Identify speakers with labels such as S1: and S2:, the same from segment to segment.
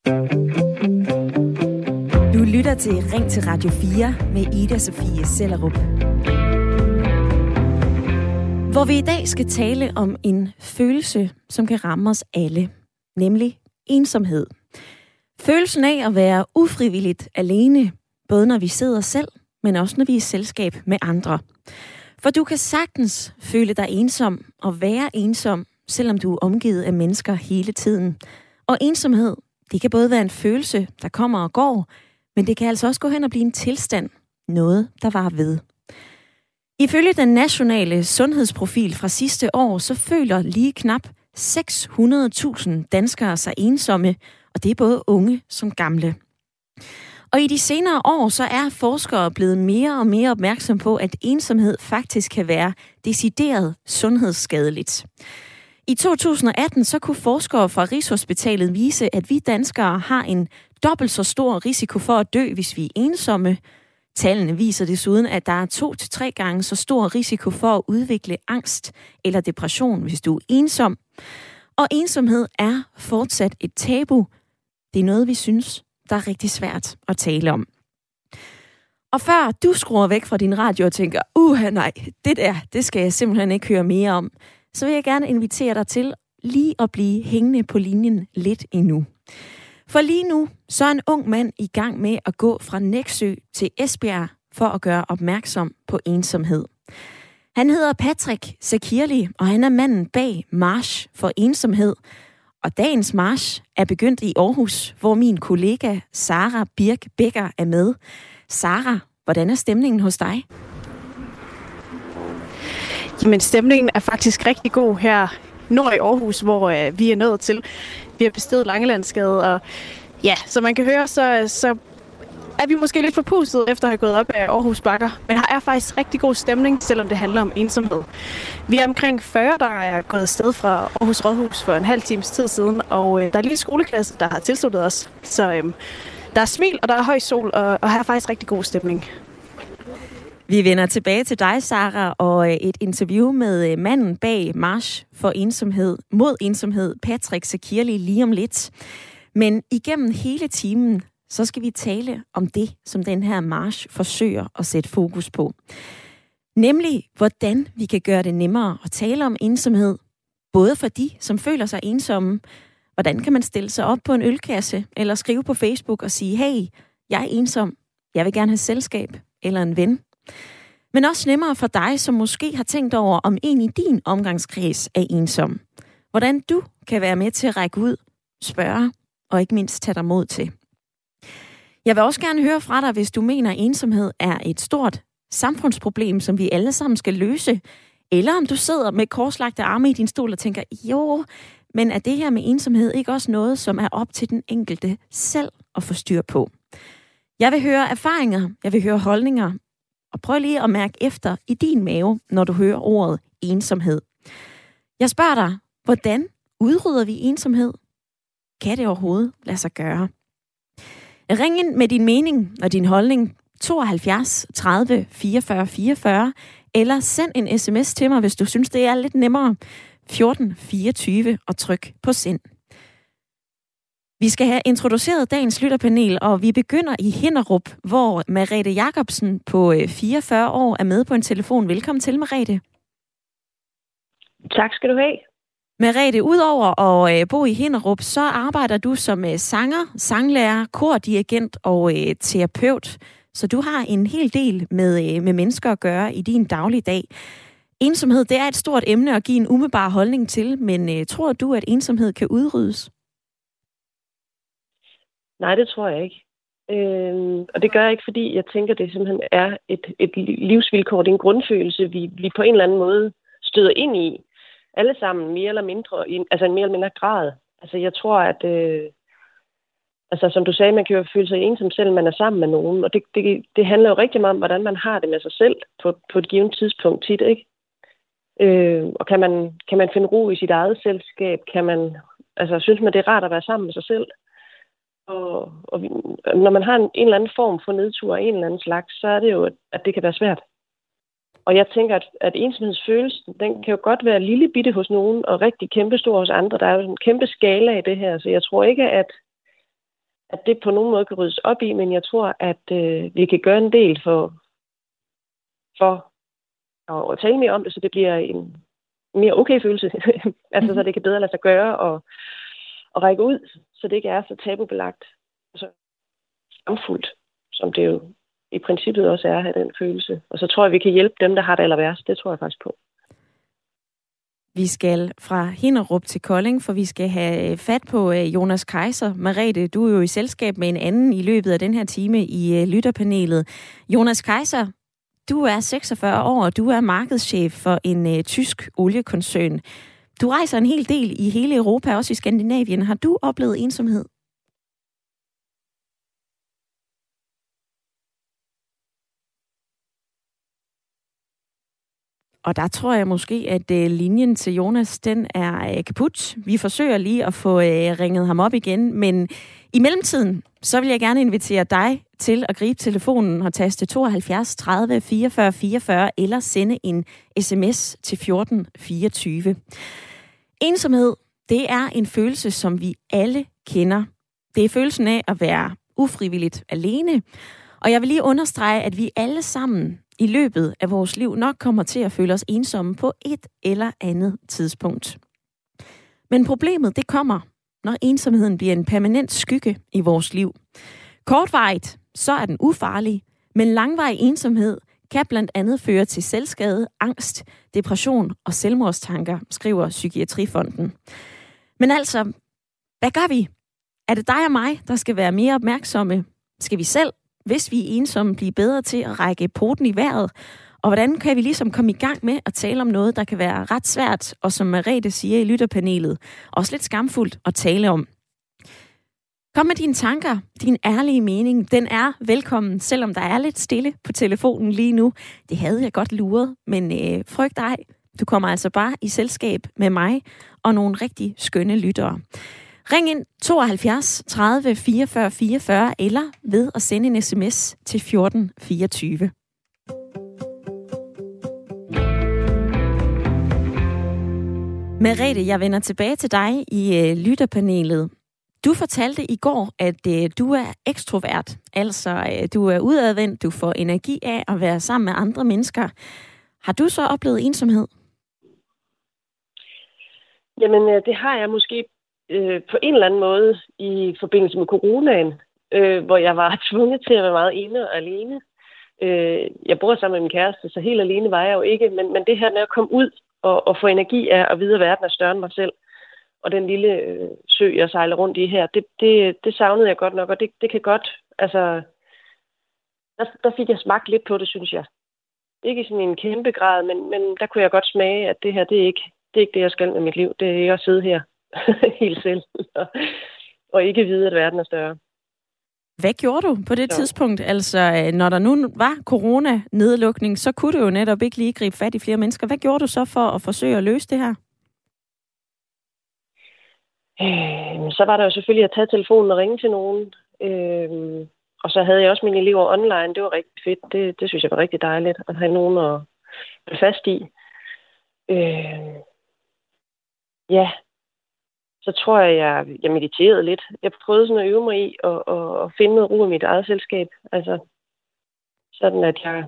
S1: Du lytter til Ring til Radio 4 med Ida Sofie Sellerup. Hvor vi i dag skal tale om en følelse, som kan ramme os alle, nemlig ensomhed. Følelsen af at være ufrivilligt alene, både når vi sidder selv, men også når vi er i selskab med andre. For du kan sagtens føle dig ensom og være ensom, selvom du er omgivet af mennesker hele tiden. Og ensomhed, det kan både være en følelse, der kommer og går, men det kan altså også gå hen og blive en tilstand, noget der varer ved. Ifølge den nationale sundhedsprofil fra sidste år, så føler lige knap 600.000 danskere sig ensomme, og det er både unge som gamle. Og i de senere år, så er forskere blevet mere og mere opmærksom på, at ensomhed faktisk kan være decideret sundhedsskadeligt. I 2018 så kunne forskere fra Rigshospitalet vise, at vi danskere har en dobbelt så stor risiko for at dø, hvis vi er ensomme. Tallene viser desuden, at der er 2 til 3 gange så stor risiko for at udvikle angst eller depression, hvis du er ensom. Og ensomhed er fortsat et tabu. Det er noget, vi synes, der er rigtig svært at tale om. Og før du skruer væk fra din radio og tænker, nej, det skal jeg simpelthen ikke høre mere om, så vil jeg gerne invitere dig til lige at blive hængende på linjen lidt endnu. For lige nu, så er en ung mand i gang med at gå fra Nexø til Esbjerg for at gøre opmærksom på ensomhed. Han hedder Patrick Zakirli, og han er manden bag March for ensomhed. Og dagens march er begyndt i Aarhus, hvor min kollega Sara Birk Becker er med. Sara, hvordan er stemningen hos dig?
S2: Jamen, stemningen er faktisk rigtig god her nord i Aarhus, hvor vi er nået til. Vi har besteget Langelandsgade, og ja, som man kan høre, så er vi måske lidt forpustet efter at have gået op af Aarhus Bakker. Men her er faktisk rigtig god stemning, selvom det handler om ensomhed. Vi er omkring 40, der er gået afsted fra Aarhus Rådhus for en halv times tid siden, og der er lige skoleklasse, der har tilsluttet os. Så der er smil, og der er høj sol, og her er faktisk rigtig god stemning.
S1: Vi vender tilbage til dig, Sara, og et interview med manden bag March for ensomhed, mod ensomhed, Patrick Zakirli, lige om lidt. Men igennem hele timen, så skal vi tale om det, som den her march forsøger at sætte fokus på. Nemlig, hvordan vi kan gøre det nemmere at tale om ensomhed, både for de, som føler sig ensomme. Hvordan kan man stille sig op på en ølkasse, eller skrive på Facebook og sige, hey, jeg er ensom, jeg vil gerne have selskab, eller en ven. Men også nemmere for dig, som måske har tænkt over, om en i din omgangskreds er ensom. Hvordan du kan være med til at række ud, spørge og ikke mindst tage dig mod til. Jeg vil også gerne høre fra dig, hvis du mener, at ensomhed er et stort samfundsproblem, som vi alle sammen skal løse. Eller om du sidder med korslagte arme i din stol og tænker, jo, men er det her med ensomhed ikke også noget, som er op til den enkelte selv at få styr på? Jeg vil høre erfaringer, jeg vil høre holdninger, og prøv lige at mærke efter i din mave, når du hører ordet ensomhed. Jeg spørger dig, hvordan udrydder vi ensomhed? Kan det overhovedet lade sig gøre? Ring ind med din mening og din holdning 72 30 44 44, eller send en sms til mig, hvis du synes, det er lidt nemmere. 14 24 og tryk på send. Vi skal have introduceret dagens lytterpanel, og vi begynder i Hinnerup, hvor Merete Jacobsen på 44 år er med på en telefon. Velkommen til, Merete.
S3: Tak skal du have.
S1: Merete, udover at bo i Hinnerup, så arbejder du som sanger, sanglærer, kordirigent og terapeut. Så du har en hel del med mennesker at gøre i din dagligdag. Ensomhed, det er et stort emne at give en umiddelbar holdning til, men tror du, at ensomhed kan udryddes?
S3: Nej, det tror jeg ikke. Og det gør jeg ikke, fordi jeg tænker, det simpelthen er et livsvilkår. Det er en grundfølelse, vi på en eller anden måde støder ind i. Alle sammen, mere eller mindre, altså en mere eller mindre grad. Altså jeg tror, at som du sagde, man kan jo føle sig ensom selv, man er sammen med nogen. Og det handler jo rigtig meget om, hvordan man har det med sig selv på et givet tidspunkt tit, ikke? Og kan man finde ro i sit eget selskab? Synes man, det er rart at være sammen med sig selv? Og når man har en eller anden form for nedtur af en eller anden slags, så er det jo, at det kan være svært. Og jeg tænker, at ensomhedsfølelsen, den kan jo godt være lille bitte hos nogen, og rigtig kæmpestor hos andre. Der er jo en kæmpe skala i det her, så jeg tror ikke, at det på nogen måde kan ryddes op i, men jeg tror, at vi kan gøre en del for at tale mere om det, så det bliver en mere okay følelse. Altså, så det kan bedre lade sig gøre og række ud, så det ikke er så tabubelagt og så skamfuldt, som det jo i princippet også er at have den følelse. Og så tror jeg, vi kan hjælpe dem, der har det aller værst. Det tror jeg faktisk på.
S1: Vi skal fra Hinnerup til Kolding, for vi skal have fat på Jonas Kaiser. Merete, du er jo i selskab med en anden i løbet af den her time i lytterpanelet. Jonas Kaiser, du er 46 år, og du er markedschef for en tysk oliekoncern. Du rejser en hel del i hele Europa, også i Skandinavien. Har du oplevet ensomhed? Og der tror jeg måske, at linjen til Jonas, den er kaput. Vi forsøger lige at få ringet ham op igen, men i mellemtiden, så vil jeg gerne invitere dig til at gribe telefonen og taste 72 30 44 44 eller sende en sms til 1424. Ensomhed, det er en følelse, som vi alle kender. Det er følelsen af at være ufrivilligt alene. Og jeg vil lige understrege, at vi alle sammen i løbet af vores liv nok kommer til at føle os ensomme på et eller andet tidspunkt. Men problemet, det kommer, når ensomheden bliver en permanent skygge i vores liv. Kortvarigt, så er den ufarlig, men langvarig ensomhed kan blandt andet føre til selvskade, angst, depression og selvmordstanker, skriver Psykiatrifonden. Men altså, hvad gør vi? Er det dig og mig, der skal være mere opmærksomme? Skal vi selv, hvis vi er ensomme, blive bedre til at række poten i vejret? Og hvordan kan vi ligesom komme i gang med at tale om noget, der kan være ret svært, og som Merete siger i lytterpanelet, også lidt skamfuldt at tale om? Kom med dine tanker, din ærlige mening. Den er velkommen, selvom der er lidt stille på telefonen lige nu. Det havde jeg godt luret, men frygt ej. Du kommer altså bare i selskab med mig og nogle rigtig skønne lyttere. Ring ind 72 30 44 44 eller ved at sende en sms til 1424. Merete, jeg vender tilbage til dig i lytterpanelet. Du fortalte i går, at du er ekstrovert, altså du er udadvendt, du får energi af at være sammen med andre mennesker. Har du så oplevet ensomhed?
S3: Jamen, det har jeg måske på en eller anden måde i forbindelse med coronaen, hvor jeg var tvunget til at være meget ene og alene. Jeg bor sammen med min kæreste, så helt alene var jeg jo ikke, men det her med at komme ud og få energi af at vide, at verden er større end mig selv, og den lille sø, jeg sejler rundt i her, det savnede jeg godt nok, og det kan godt, altså, der fik jeg smagt lidt på det, synes jeg. Ikke sådan en kæmpe grad, men der kunne jeg godt smage, at det her, det er ikke det, jeg skal med mit liv. Det er ikke at sidde her helt selv, og ikke vide, at verden er større.
S1: Hvad gjorde du på det tidspunkt? Altså, når der nu var corona-nedlukning, så kunne du jo netop ikke lige gribe fat i flere mennesker. Hvad gjorde du så for at forsøge at løse det her?
S3: Så var der jo selvfølgelig at tage telefonen og ringe til nogen. Og så havde jeg også mine elever online. Det var rigtig fedt. Det synes jeg var rigtig dejligt at have nogen at være fast i. Ja, så tror jeg mediterede lidt. Jeg prøvede sådan at øve mig i at finde noget ro i mit eget selskab. Altså, sådan at jeg...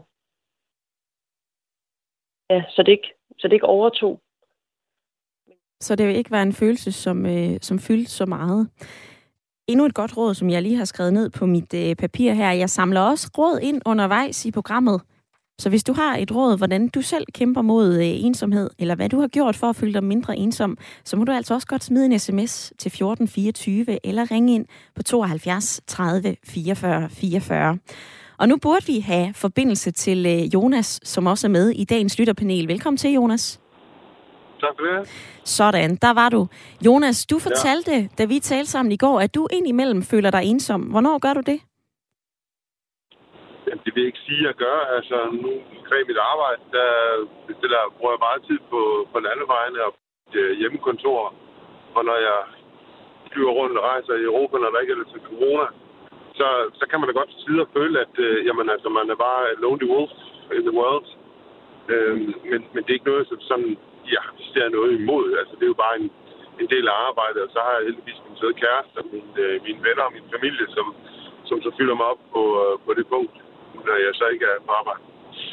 S3: Ja, så det ikke overtog.
S1: Så det vil ikke være en følelse, som fyldte så meget. Endnu et godt råd, som jeg lige har skrevet ned på mit papir her. Jeg samler også råd ind undervejs i programmet. Så hvis du har et råd, hvordan du selv kæmper mod ensomhed, eller hvad du har gjort for at føle dig mindre ensom, så må du altså også godt smide en sms til 1424 eller ringe ind på 72 30 44 44. Og nu burde vi have forbindelse til Jonas, som også er med i dagens lytterpanel. Velkommen til, Jonas.
S4: Tak for det.
S1: Sådan, der var du. Jonas, du fortalte, da vi talte sammen i går, at du indimellem føler dig ensom. Hvornår gør du det?
S4: Det vil jeg ikke sige, at jeg gør. Altså, nu kræver mit arbejde, der bruger jeg meget tid på landevejene og hjemmekontor. Og når jeg flyver rundt og rejser i Europa, når der ikke er til corona, så kan man da godt sidde og føle, at man er bare a lonely wolf in the world. Men det er ikke noget, som sådan, jeg ser noget imod. Altså, det er jo bare en del af arbejdet, og så har jeg heldigvis min eventuelt kæreste, mine venner og min familie, som så fylder mig op på det punkt, når jeg så ikke er på arbejde.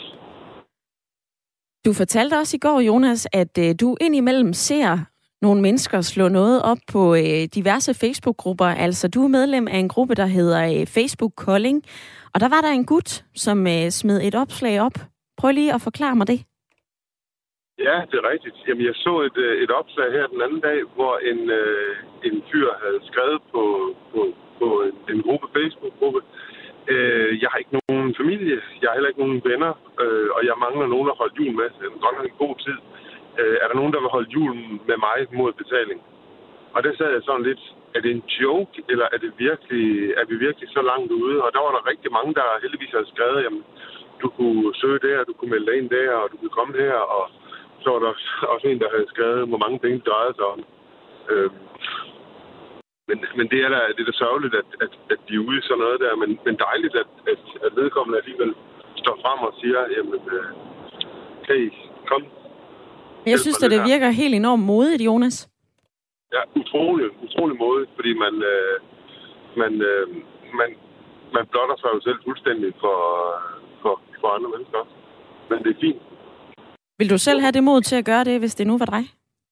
S1: Du fortalte også i går, Jonas, at du indimellem ser nogle mennesker slå noget op på diverse Facebook-grupper. Altså, du er medlem af en gruppe, der hedder Facebook Kolding. Og der var der en gut, som smed et opslag op. Prøv lige at forklare mig det.
S4: Ja, det er rigtigt. Jamen, jeg så et opslag her den anden dag, hvor en fyr havde skrevet på en Facebook-gruppe. Jeg har ikke nogen familie, jeg har heller ikke nogen venner, og jeg mangler nogen at holde jul med. Det er godt nok en god tid. Er der nogen, der vil holde julen med mig mod betaling? Og der sad jeg sådan lidt, er det en joke, eller er vi virkelig så langt ude? Og der var der rigtig mange, der heldigvis havde skrevet, jamen, du kunne søge der, du kunne melde dig ind der, og du kunne komme her, og så var der også en, der havde skrevet, hvor mange penge det drejede sig om. Men det er da sørgeligt, at de er ude i sådan noget der, men dejligt, at vedkommende alligevel står frem og siger, jamen, hey, kom.
S1: Jeg synes, at det virker helt enormt modigt, Jonas.
S4: Ja, utrolig modigt, fordi man blotter sig jo selv fuldstændig for andre mennesker. Men det er fint.
S1: Vil du selv have det mod til at gøre det, hvis det nu var dig?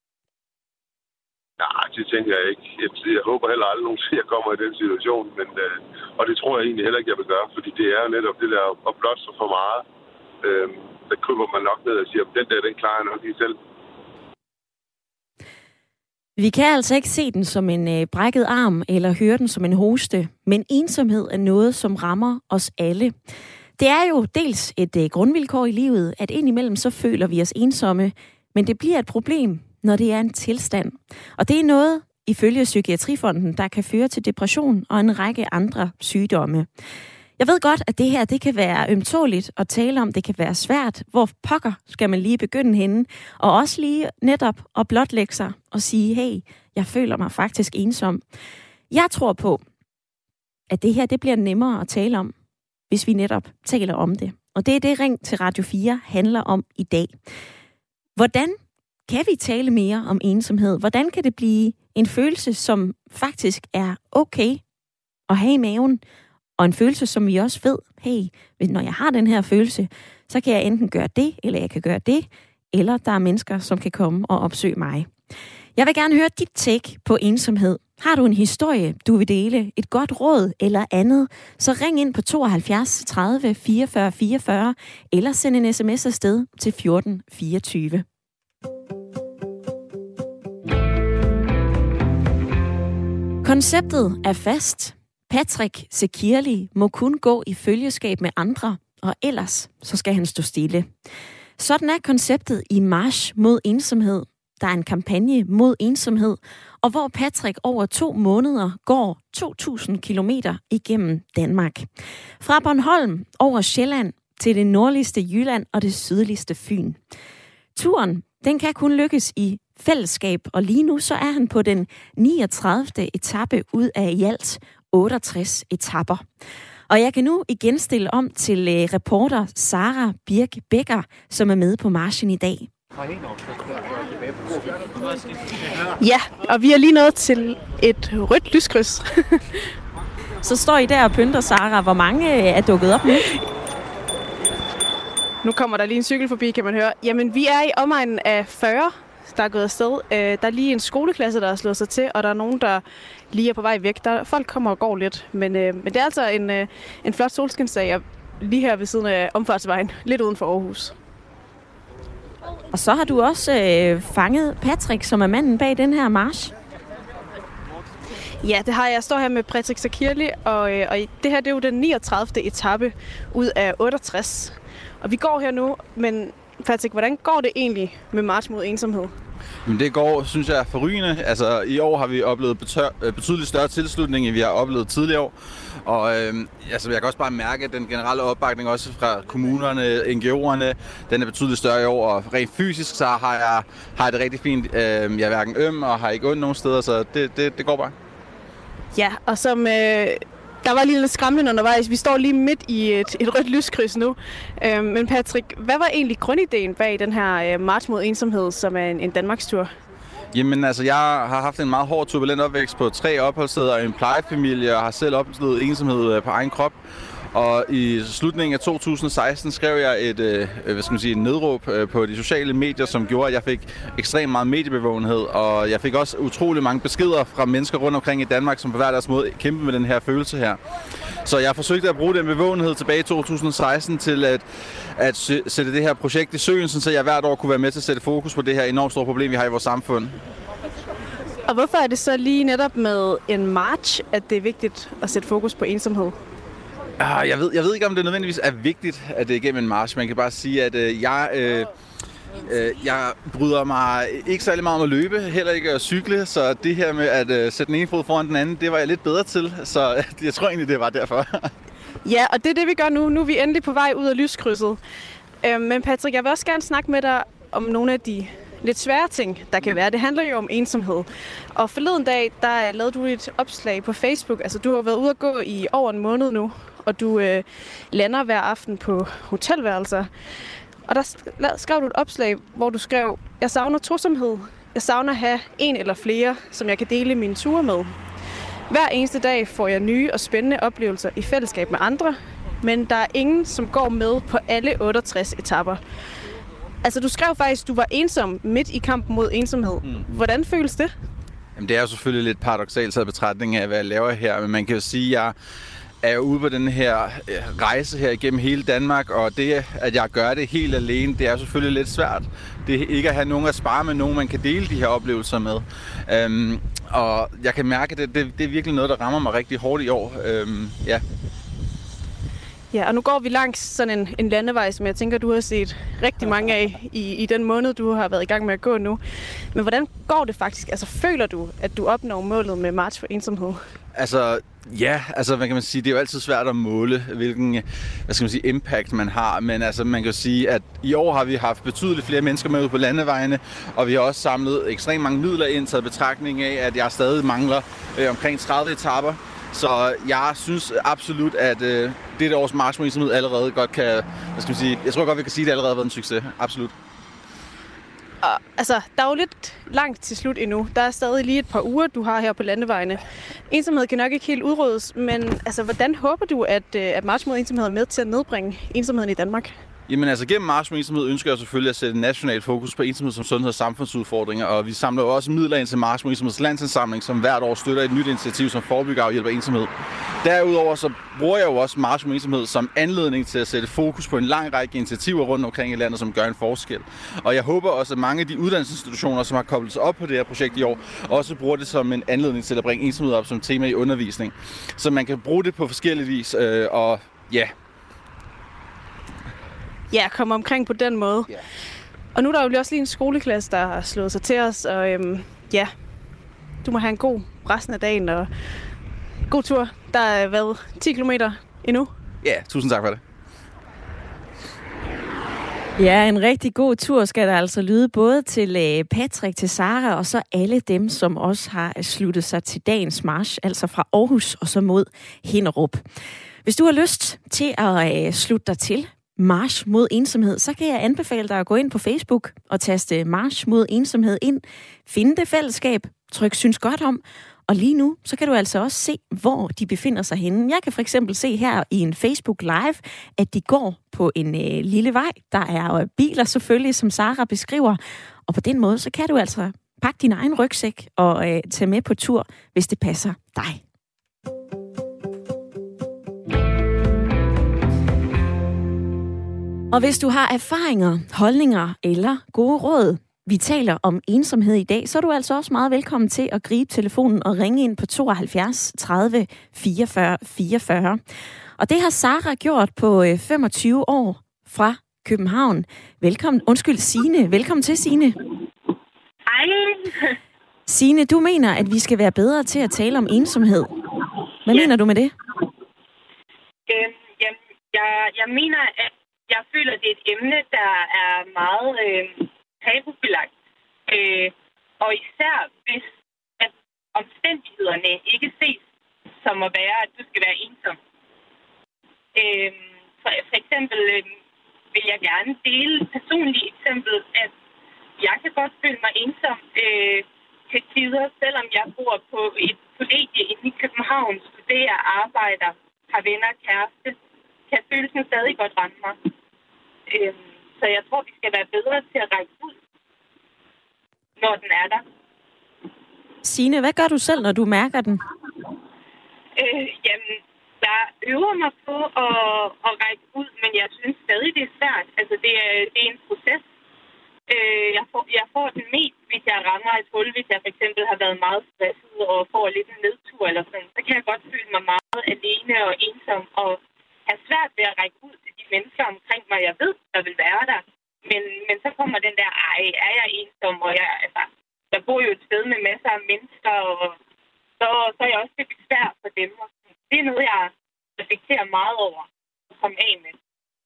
S4: Nej, det tænker jeg ikke. Jeg håber heller aldrig nogensinde, jeg kommer i den situation. Og det tror jeg egentlig heller ikke, jeg vil gøre, fordi det er jo netop det der at blotte sig for meget. Der kryber man nok ned og siger, den klarer jeg nok lige selv.
S1: Vi kan altså ikke se den som en brækket arm eller høre den som en hoste, men ensomhed er noget, som rammer os alle. Det er jo dels et grundvilkår i livet, at indimellem så føler vi os ensomme, men det bliver et problem, når det er en tilstand. Og det er noget, ifølge Psykiatrifonden, der kan føre til depression og en række andre sygdomme. Jeg ved godt, at det her det kan være ømtåligt at tale om. Det kan være svært. Hvor pokker skal man lige begynde henne? Og også lige netop at blotlægge sig og sige, hey, jeg føler mig faktisk ensom. Jeg tror på, at det her det bliver nemmere at tale om, hvis vi netop taler om det. Og det er det, Ring til Radio 4 handler om i dag. Hvordan kan vi tale mere om ensomhed? Hvordan kan det blive en følelse, som faktisk er okay at have i maven? Og en følelse, som vi også ved, hey, når jeg har den her følelse, så kan jeg enten gøre det, eller jeg kan gøre det, eller der er mennesker, som kan komme og opsøge mig. Jeg vil gerne høre dit take på ensomhed. Har du en historie, du vil dele, et godt råd eller andet, så ring ind på 72 30 44 44, eller send en sms afsted til 14 24. Konceptet er fast. Patrick Sekirli må kun gå i følgeskab med andre, og ellers så skal han stå stille. Sådan er konceptet i March mod ensomhed. Der er en kampagne mod ensomhed, og hvor Patrick over 2 måneder går 2.000 kilometer igennem Danmark. Fra Bornholm over Sjælland til det nordligste Jylland og det sydligste Fyn. Turen, den kan kun lykkes i fællesskab, og lige nu så er han på den 39. etape ud af i alt 68 etapper. Og jeg kan nu igen stille om til reporter Sara Birk Becker, som er med på marchen i dag.
S2: Ja, og vi er lige nået til et rødt lyskryds.
S1: Så står I der og pynter, Sara. Hvor mange er dukket op nu?
S2: Nu kommer der lige en cykel forbi, kan man høre. Jamen, vi er i omegnen af 40, der er gået afsted. Der er lige en skoleklasse, der har slået sig til, og der er nogen, der lige er på vej væk. Folk kommer og går lidt, men det er altså en flot solskinsdag lige her ved siden af omfartsvejen, lidt uden for Aarhus.
S1: Og så har du også fanget Patrick, som er manden bag den her march.
S2: Ja, det har jeg. Jeg står her med Patrick Sekirli, og det her det er jo den 39. etape ud af 68. Og vi går her nu, men Patrick, hvordan går det egentlig med march mod ensomhed?
S5: Men det går, synes jeg, er forrygende. Altså, i år har vi oplevet betydeligt større tilslutning, end vi har oplevet tidligere år. Og jeg kan også bare mærke, at den generelle opbakning også fra kommunerne, NGO'erne, den er betydeligt større i år. Og rent fysisk, så har jeg det rigtig fint. Jeg er hverken øm og har ikke ondt nogen steder, så det går bare.
S2: Ja, og som... Der var lige lidt skræmmende undervejs. Vi står lige midt i et rødt lyskryds nu. Men Patrick, hvad var egentlig grundideen bag den her march mod ensomhed, som er en Danmarkstur?
S5: Jamen altså, jeg har haft en meget hård turbulent opvækst på 3 opholdssteder og en plejefamilie, og har selv oplevet ensomhed på egen krop. Og i slutningen af 2016 skrev jeg et nedråb på de sociale medier, som gjorde, at jeg fik ekstremt meget mediebevågenhed. Og jeg fik også utrolig mange beskeder fra mennesker rundt omkring i Danmark, som på hver deres måde kæmper med den her følelse her. Så jeg forsøgte at bruge den bevågenhed tilbage i 2016 til at sætte det her projekt i søen, så jeg hvert år kunne være med til at sætte fokus på det her enormt store problem, vi har i vores samfund.
S2: Og hvorfor er det så lige netop med en march, at det er vigtigt at sætte fokus på ensomhed?
S5: Jeg ved ikke, om det nødvendigvis er vigtigt, at det er igennem en march. Man kan bare sige, at jeg bryder mig ikke særlig meget om at løbe, heller ikke at cykle, så det her med at sætte den ene fod foran den anden, det var jeg lidt bedre til, så jeg tror egentlig, det var derfor.
S2: Ja, og det er det, vi gør nu. Nu er vi endelig på vej ud af lyskrydset. Men Patrick, jeg vil også gerne snakke med dig om nogle af de lidt svære ting, der kan være. Det handler jo om ensomhed. Og forleden dag, der lavede du et opslag på Facebook. Altså, du har været ude at gå i over en måned nu, og du lander hver aften på hotelværelser. Og der skrev du et opslag, hvor du skrev, jeg savner tosomhed. Jeg savner at have en eller flere, som jeg kan dele mine ture med. Hver eneste dag får jeg nye og spændende oplevelser i fællesskab med andre, men der er ingen, som går med på alle 68 etaper. Altså, du skrev faktisk, at du var ensom midt i kampen mod ensomhed. Hvordan føles det?
S5: Jamen, det er jo selvfølgelig lidt paradoksalt taget betragtning af, hvad jeg laver her, men man kan jo sige, at jeg er jo ude på den her rejse her igennem hele Danmark, og det, at jeg gør det helt alene, det er selvfølgelig lidt svært. Det er ikke at have nogen at spare med, nogen man kan dele de her oplevelser med. Og jeg kan mærke, at det er virkelig noget, der rammer mig rigtig hårdt i år. Ja.
S2: Ja, og nu går vi langs sådan en landevej, som jeg tænker, du har set rigtig mange af i den måned, du har været i gang med at gå nu. Men hvordan går det faktisk? Altså, føler du, at du opnår målet med March for ensomhed?
S5: Altså, ja, altså, hvad kan man sige, det er jo altid svært at måle, hvilken, impact man har, men altså, man kan jo sige, at i år har vi haft betydeligt flere mennesker med ud på landevejene, og vi har også samlet ekstremt mange midler ind, taget betragtning af, at jeg stadig mangler omkring 30 etaper. Så jeg synes absolut, at dette års March mod ensomhed allerede godt kan, jeg tror godt, vi kan sige, at det allerede har været en succes. Absolut.
S2: Og, altså, der er jo lidt langt til slut endnu. Der er stadig lige et par uger, du har her på landevejene. Ensomhed kan nok ikke helt udryddes, men altså, hvordan håber du, at March mod ensomhed er med til at nedbringe ensomheden i Danmark?
S5: Jamen altså, gennem March mod ensomhed ønsker jeg selvfølgelig at sætte national fokus på ensomhed som sundhed- og samfundsudfordringer, og vi samler jo også midler ind til March mod ensomheds landsindsamling, som hvert år støtter et nyt initiativ, som forebygger og hjælper ensomhed. Derudover så bruger jeg jo også March mod ensomhed som anledning til at sætte fokus på en lang række initiativer rundt omkring i landet, som gør en forskel. Og jeg håber også, at mange af de uddannelsesinstitutioner, som har koblet sig op på det her projekt i år, også bruger det som en anledning til at bringe ensomhed op som tema i undervisning. Så man kan bruge det på forskellige vis, og ja.
S2: Ja, komme omkring på den måde. Yeah. Og nu er der jo også lige en skoleklasse, der har slået sig til os, og ja, du må have en god resten af dagen, og god tur. Der er været 10 kilometer endnu.
S5: Ja, tusind tak for det.
S1: Ja, en rigtig god tur skal der altså lyde både til Patrick, til Sara og så alle dem, som også har sluttet sig til dagens march, altså fra Aarhus og så mod Hinnerup. Hvis du har lyst til at slutte dig til March mod ensomhed, så kan jeg anbefale dig at gå ind på Facebook og taste March mod ensomhed ind. Finde det fællesskab, tryk synes godt om, og lige nu, så kan du altså også se, hvor de befinder sig henne. Jeg kan for eksempel se her i en Facebook Live, at de går på en lille vej. Der er biler selvfølgelig, som Sara beskriver, og på den måde, så kan du altså pakke din egen rygsæk og tage med på tur, hvis det passer dig. Og hvis du har erfaringer, holdninger eller gode råd, vi taler om ensomhed i dag, så er du altså også meget velkommen til at gribe telefonen og ringe ind på 72 30 44 44. Og det har Sara gjort på 25 år fra København. Signe. Velkommen til, Signe.
S6: Hej.
S1: Signe, du mener, at vi skal være bedre til at tale om ensomhed. Hvad mener du med det?
S6: Jeg mener, at jeg føler, at det er et emne, der er meget tabubelagt. Og især hvis at omstændighederne ikke ses som at være, at du skal være ensom. For eksempel vil jeg gerne dele et personligt eksempel, at jeg kan godt føle mig ensom, til tider, selvom jeg bor på et kollegie inde i København, studerer, arbejder, har venner og kæreste, kan følelsen stadig godt ramme mig. Så jeg tror, vi skal være bedre til at række ud, når den er der.
S1: Signe, hvad gør du selv, når du mærker den?
S6: Jamen, jeg øver mig på at række ud, men jeg synes stadig, det er svært. Altså, det er en proces. Jeg får den mest, hvis jeg rammer et hul, hvis jeg for eksempel har været meget stresset og får lidt en nedtur eller sådan. Så kan jeg godt føle mig meget alene og ensom og have svært ved at række ud til de mennesker omkring mig, jeg ved, der vil være der. Men så kommer den der, er jeg ensom? Og jeg bor jo et sted med masser af mennesker, og så er jeg også lidt svær for dem. Og det er noget, jeg reflekterer meget over at komme af med.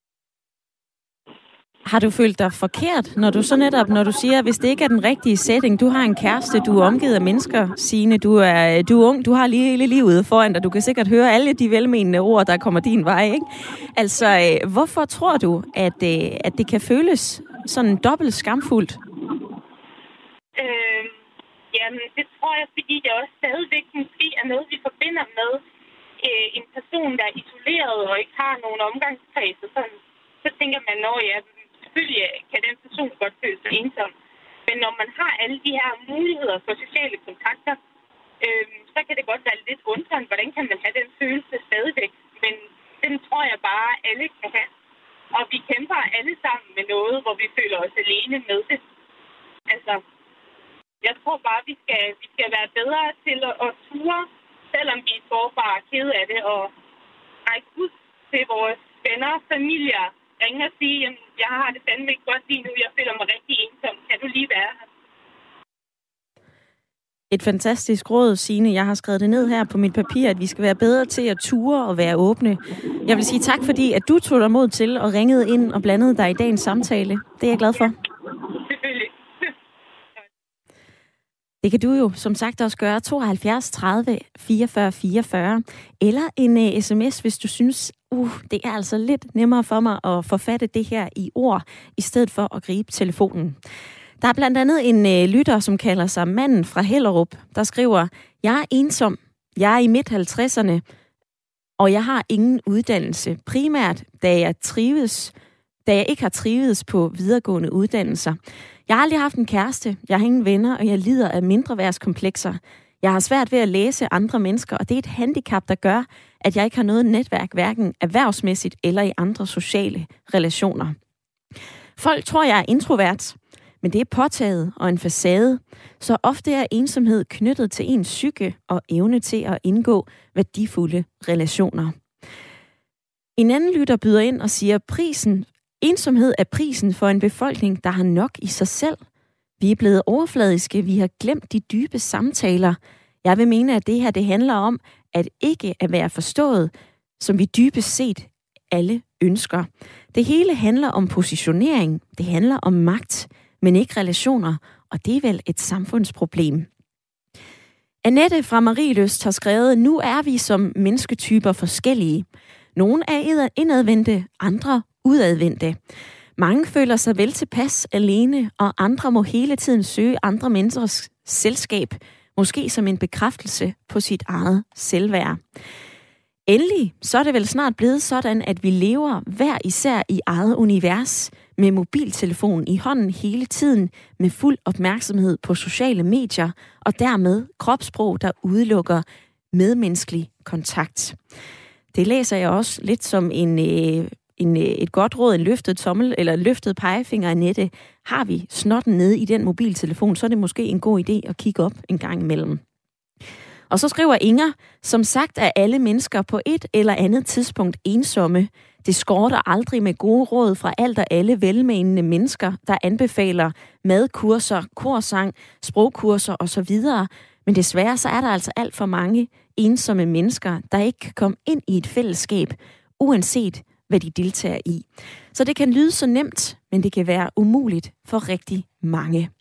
S1: Har du følt dig forkert, når du siger, hvis det ikke er den rigtige setting, du har en kæreste, du er omgivet af mennesker, Signe, du er ung, du har hele livet foran dig, du kan sikkert høre alle de velmenende ord, der kommer din vej, ikke? Altså, hvorfor tror du, at det kan føles sådan dobbelt skamfuldt?
S6: Jamen, det tror jeg, fordi det også stadigvæk måske er noget, vi forbinder med en person, der er isoleret og ikke har nogen omgangskreds, og sådan, så tænker man, selvfølgelig kan den person godt føle sig ensom. Men når man har alle de her muligheder for sociale kontakter, så kan det godt være lidt undrende, hvordan kan man have den følelse stadigvæk. Men den tror jeg bare, alle kan have. Og vi kæmper alle sammen med noget, hvor vi føler os alene med det. Altså, jeg tror bare, vi skal være bedre til at ture, selvom vi er sårbare og kede af det, og række ud til vores venner og familier, ringe og sige, at jeg har det fandme ikke godt lige nu, jeg føler mig rigtig ensom. Kan du lige være her?
S1: Et fantastisk råd, Signe. Jeg har skrevet det ned her på mit papir, at vi skal være bedre til at ture og være åbne. Jeg vil sige tak, fordi at du tog dig mod til og ringede ind og blandede dig i dagens samtale. Det er jeg glad for.
S6: Selvfølgelig.
S1: Det kan du jo som sagt også gøre 72 30 44 44, eller en sms, hvis du synes, det er altså lidt nemmere for mig at forfatte det her i ord, i stedet for at gribe telefonen. Der er blandt andet en lytter, som kalder sig Manden fra Hellerup, der skriver, jeg er ensom, jeg er i midt-50'erne, og jeg har ingen uddannelse. Primært, da jeg ikke har trivedes på videregående uddannelser. Jeg har aldrig haft en kæreste, jeg har ingen venner, og jeg lider af mindreværdskomplekser. Jeg har svært ved at læse andre mennesker, og det er et handicap, der gør, at jeg ikke har noget netværk, hverken erhvervsmæssigt eller i andre sociale relationer. Folk tror, jeg er introvert, men det er påtaget og en facade, så ofte er ensomhed knyttet til ens psyke og evne til at indgå værdifulde relationer. En anden lytter byder ind og siger, ensomhed er prisen for en befolkning, der har nok i sig selv. Vi er blevet overfladiske, vi har glemt de dybe samtaler. Jeg vil mene, at det her det handler om, at ikke at være forstået, som vi dybest set alle ønsker. Det hele handler om positionering, det handler om magt, men ikke relationer, og det er vel et samfundsproblem. Annette fra Marielyst har skrevet, nu er vi som mennesketyper forskellige. Nogle er indadvendte, andre udadvendte. Mange føler sig vel tilpas alene, og andre må hele tiden søge andre menneskers selskab, måske som en bekræftelse på sit eget selvværd. Endelig, så er det vel snart blevet sådan, at vi lever hver især i eget univers, med mobiltelefonen i hånden hele tiden, med fuld opmærksomhed på sociale medier, og dermed kropssprog, der udelukker medmenneskelig kontakt. Det læser jeg også lidt som et godt råd, en løftet tommel eller løftet pegefinger, Annette. Har vi snotten nede i den mobiltelefon, så er det måske en god idé at kigge op en gang imellem. Og så skriver Inger, som sagt er alle mennesker på et eller andet tidspunkt ensomme. Det skorter aldrig med gode råd fra alt og alle velmenende mennesker, der anbefaler madkurser, korsang, sprogkurser osv. Men desværre så er der altså alt for mange ensomme mennesker, der ikke kan komme ind i et fællesskab, uanset hvad de deltager i. Så det kan lyde så nemt, men det kan være umuligt for rigtig mange.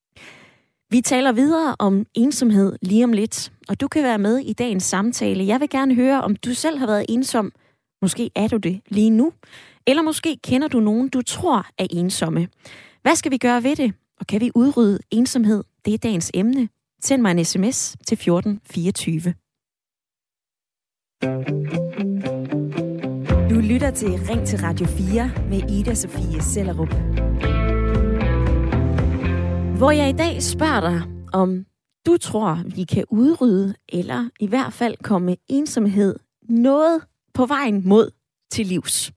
S1: Vi taler videre om ensomhed lige om lidt, og du kan være med i dagens samtale. Jeg vil gerne høre, om du selv har været ensom. Måske er du det lige nu. Eller måske kender du nogen, du tror er ensomme. Hvad skal vi gøre ved det? Og kan vi udrydde ensomhed? Det er dagens emne. Send mig en sms til 1424. Du lytter til Ring til Radio 4 med Ida Sofie Sellerup. Hvor jeg i dag spørger dig, om du tror, vi kan udrydde, eller i hvert fald komme ensomhed noget på vejen mod til livs.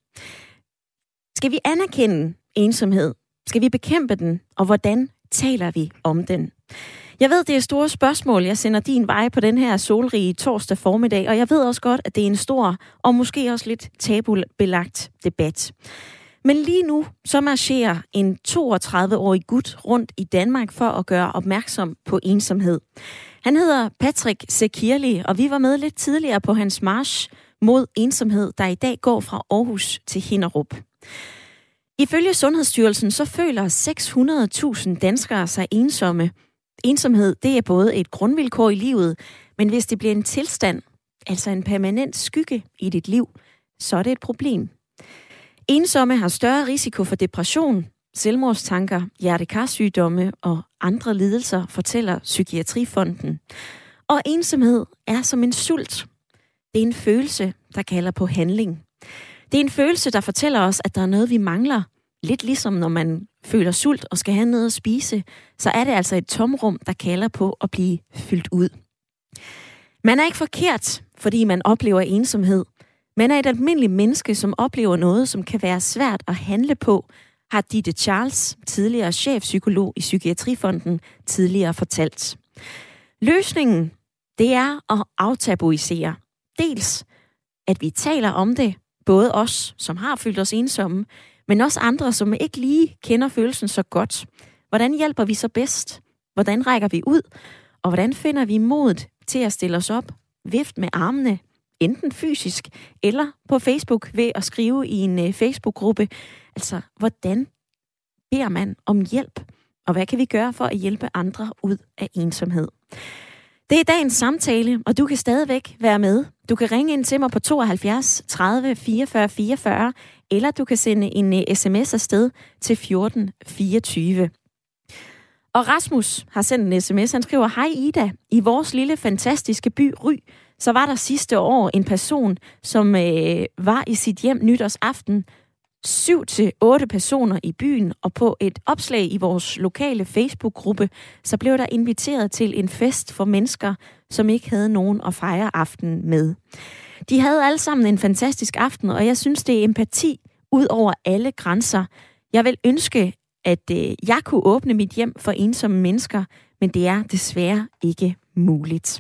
S1: Skal vi anerkende ensomhed? Skal vi bekæmpe den? Og hvordan taler vi om den? Jeg ved, det er store spørgsmål, jeg sender din vej på den her solrige torsdag formiddag, og jeg ved også godt, at det er en stor og måske også lidt tabubelagt debat. Men lige nu så marcherer en 32-årig gut rundt i Danmark for at gøre opmærksom på ensomhed. Han hedder Patrick Sekirli, og vi var med lidt tidligere på hans march mod ensomhed, der i dag går fra Aarhus til Hinnerup. Ifølge Sundhedsstyrelsen så føler 600.000 danskere sig ensomme. Ensomhed, det er både et grundvilkår i livet, men hvis det bliver en tilstand, altså en permanent skygge i dit liv, så er det et problem. Ensomme har større risiko for depression, selvmordstanker, hjertekarsygdomme og andre lidelser, fortæller Psykiatrifonden. Og ensomhed er som en sult. Det er en følelse, der kalder på handling. Det er en følelse, der fortæller os, at der er noget, vi mangler. Lidt ligesom når man føler sult og skal have noget at spise, så er det altså et tomrum, der kalder på at blive fyldt ud. Man er ikke forkert, fordi man oplever ensomhed. Man er et almindeligt menneske, som oplever noget, som kan være svært at handle på, har Ditte Charles, tidligere chefpsykolog i Psykiatrifonden, tidligere fortalt. Løsningen, det er at aftabuisere. Dels, at vi taler om det, både os, som har følt os ensomme, men også andre, som ikke lige kender følelsen så godt. Hvordan hjælper vi så bedst? Hvordan rækker vi ud? Og hvordan finder vi modet til at stille os op, vift med armene, enten fysisk eller på Facebook ved at skrive i en Facebook-gruppe. Altså, hvordan beder man om hjælp? Og hvad kan vi gøre for at hjælpe andre ud af ensomhed? Det er dagens samtale, og du kan stadigvæk være med. Du kan ringe ind til mig på 72 30 44 44, eller du kan sende en sms afsted til 1424. Og Rasmus har sendt en sms. Han skriver: Hej Ida, i vores lille fantastiske by Ry, så var der sidste år en person, som var i sit hjem nytårsaften. 7-8 personer i byen, og på et opslag i vores lokale Facebook-gruppe, så blev der inviteret til en fest for mennesker, som ikke havde nogen at fejre aftenen med. De havde alle sammen en fantastisk aften, og jeg synes, det er empati ud over alle grænser. Jeg vil ønske, at jeg kunne åbne mit hjem for ensomme mennesker, men det er desværre ikke muligt.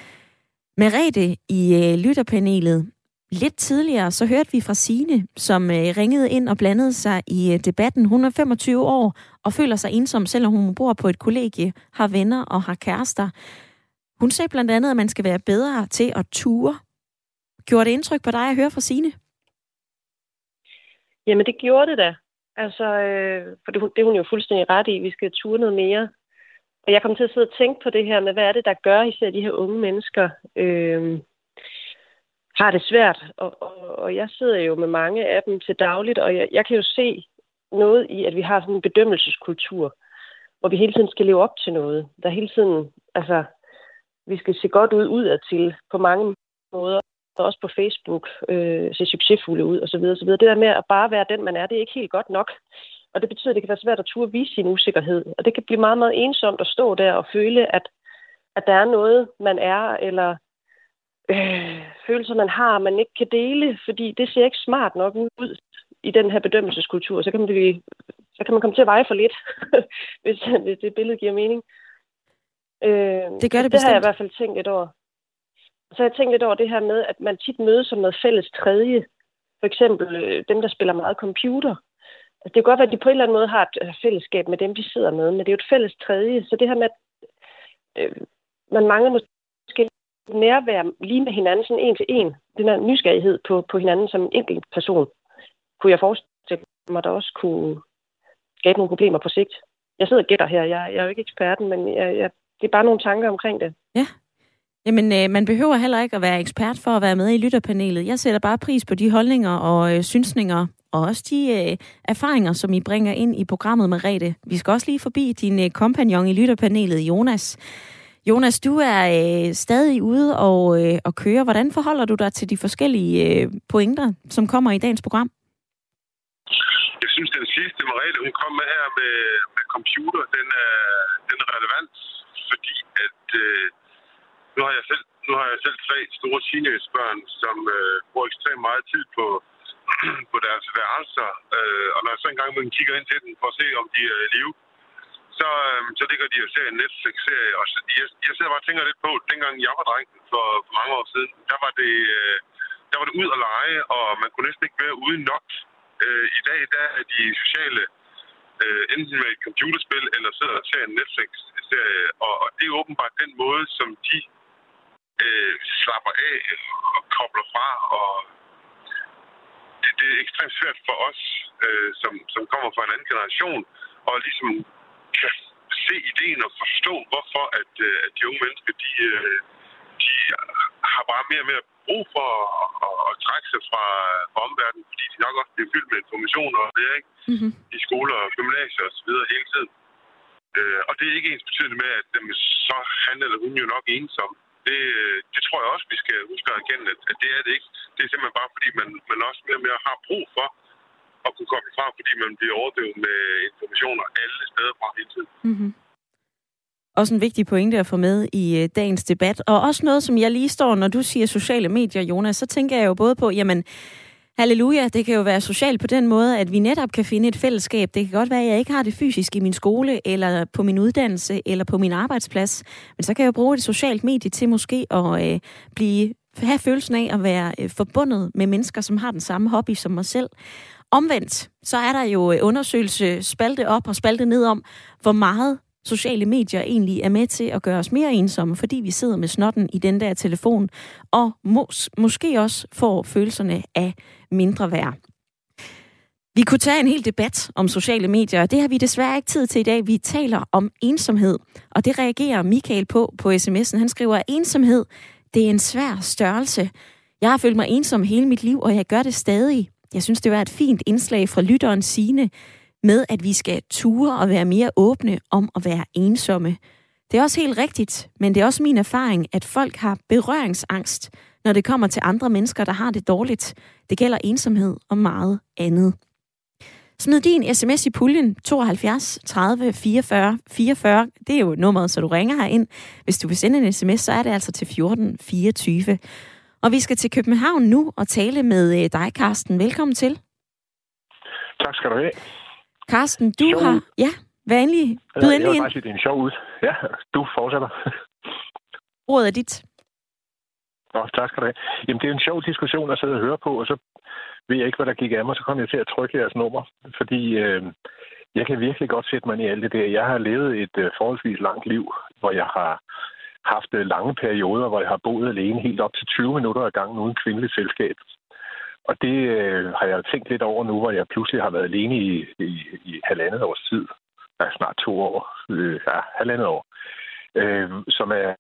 S1: Merete i lytterpanelet. Lidt tidligere så hørte vi fra Signe, som ringede ind og blandede sig i debatten. Hun er 25 år og føler sig ensom, selvom hun bor på et kollegie, har venner og har kærester. Hun sagde blandt andet, at man skal være bedre til at ture. Gjorde det indtryk på dig at høre fra Signe?
S3: Jamen, det gjorde det da. Altså, for det er hun jo fuldstændig ret i. Vi skal ture noget mere. Og jeg kom til at sidde og tænke på det her med, hvad er det, der gør især de her unge mennesker har det svært. Og jeg sidder jo med mange af dem til dagligt, og jeg kan jo se noget i, at vi har sådan en bedømmelseskultur, hvor vi hele tiden skal leve op til noget. Der hele tiden, altså, vi skal se godt udadtil på mange måder, og også på Facebook, se succesfulde ud, osv. Det der med at bare være den, man er, det er ikke helt godt nok. Og det betyder, at det kan være svært at turde vise sin usikkerhed. Og det kan blive meget, meget ensomt at stå der og føle, at der er noget, man er, eller følelser, man har, man ikke kan dele, fordi det ser ikke smart nok ud i den her bedømmelseskultur. Så kan man komme til at veje for lidt, hvis det billede giver mening.
S1: Det gør det bestemt.
S3: Det har jeg i hvert fald tænkt lidt over. Så har jeg tænkt lidt over det her med, at man tit mødes som noget fælles tredje. For eksempel dem, der spiller meget computer. Altså, det kan godt være, at de på en eller anden måde har et fællesskab med dem, de sidder med, men det er jo et fælles tredje. Så det her med, at man mangler måske nærvær lige med hinanden, sådan en til en. Den her nysgerrighed på hinanden som en enkelt person, kunne jeg forestille mig, der også kunne skabe nogle problemer på sigt. Jeg sidder og gætter her. Jeg er jo ikke eksperten, men det er bare nogle tanker omkring det.
S1: Ja. Jamen, man behøver heller ikke at være ekspert for at være med i lytterpanelet. Jeg sætter bare pris på de holdninger og synsninger, og også de erfaringer, som I bringer ind i programmet, Merete. Vi skal også lige forbi din kompagnon i lytterpanelet, Jonas. Jonas, du er stadig ude og køre. Hvordan forholder du dig til de forskellige pointer, som kommer i dagens program?
S4: Jeg synes, den sidste Merete, hun kom med her med computer, den er relevant, fordi at nu har jeg selv 3 store teenagebørn, som bruger ekstremt meget tid på deres værelser. Og når jeg så engang med kigger ind til dem for at se, om de er i live, så ligger de og ser en Netflix-serie. Og jeg sidder bare og tænker lidt på, dengang jeg var dreng for mange år siden, der var det ud at lege, og man kunne næsten ikke være ude nok. I dag der er de sociale enten med et computerspil eller sidder og ser en Netflix-serie. Og det er åbenbart den måde, som de slapper af og kobler fra. Og det er ekstremt svært for os, som kommer fra en anden generation, og ligesom kan se ideen og forstå, hvorfor at de unge mennesker, de har bare mere og mere brug for at trække sig fra omverdenen, fordi de nok også bliver fyldt med informationer og det, ikke? Mm-hmm. I skoler og gymnasier og så videre hele tiden. Og det er ikke ens betydende med, at så han eller hun jo nok ensom. Det tror jeg også, vi skal huske at erkende, at det er det ikke. Det er simpelthen bare, fordi man også mere og mere har brug for at kunne komme fra, fordi man bliver overdøvet med informationer alle steder fra hele tiden. Mm-hmm.
S1: Også en vigtig pointe at få med i dagens debat. Og også noget, som jeg lige står, når du siger sociale medier, Jonas, så tænker jeg jo både på, jamen, halleluja, det kan jo være socialt på den måde, at vi netop kan finde et fællesskab. Det kan godt være, at jeg ikke har det fysisk i min skole, eller på min uddannelse, eller på min arbejdsplads. Men så kan jeg jo bruge et socialt medie til måske at have følelsen af at være forbundet med mennesker, som har den samme hobby som mig selv. Omvendt, så er der jo undersøgelse spalte op og spalte ned om, hvor meget sociale medier egentlig er med til at gøre os mere ensomme, fordi vi sidder med snotten i den der telefon, og måske også får følelserne af mindre værd. Vi kunne tage en hel debat om sociale medier, og det har vi desværre ikke tid til i dag. Vi taler om ensomhed, og det reagerer Michael på sms'en. Han skriver, at ensomhed, det er en svær størrelse. Jeg har følt mig ensom hele mit liv, og jeg gør det stadig. Jeg synes, det var et fint indslag fra lytteren Signe, med at vi skal ture og være mere åbne om at være ensomme. Det er også helt rigtigt, men det er også min erfaring, at folk har berøringsangst, når det kommer til andre mennesker, der har det dårligt. Det gælder ensomhed og meget andet. Smid din sms i puljen 72 30 44 44. Det er jo nummeret, så du ringer herind. Hvis du vil sende en sms, så er det altså til 14 24. Og vi skal til København nu og tale med dig, Carsten. Velkommen til.
S7: Tak skal du have.
S1: Carsten, du har... Ja, vær endelig. Byd endelig ind.
S7: Jeg vil bare sige, det er en sjov ud. Ja, du fortsætter.
S1: Ordet er dit.
S7: Nå, tak skal du have. Jamen, det er en sjov diskussion at sidde og høre på, og så ved jeg ikke, hvad der gik af mig, så kom jeg til at trykke jeres nummer. Fordi jeg kan virkelig godt sætte mig i alt det der. Jeg har levet et forholdsvis langt liv, hvor jeg har haft lange perioder, hvor jeg har boet alene helt op til 20 minutter ad gangen uden kvindeligt selskab. Og det har jeg tænkt lidt over nu, hvor jeg pludselig har været alene i halvandet års tid. Ja, snart 2 år. Halvandet år. Som er...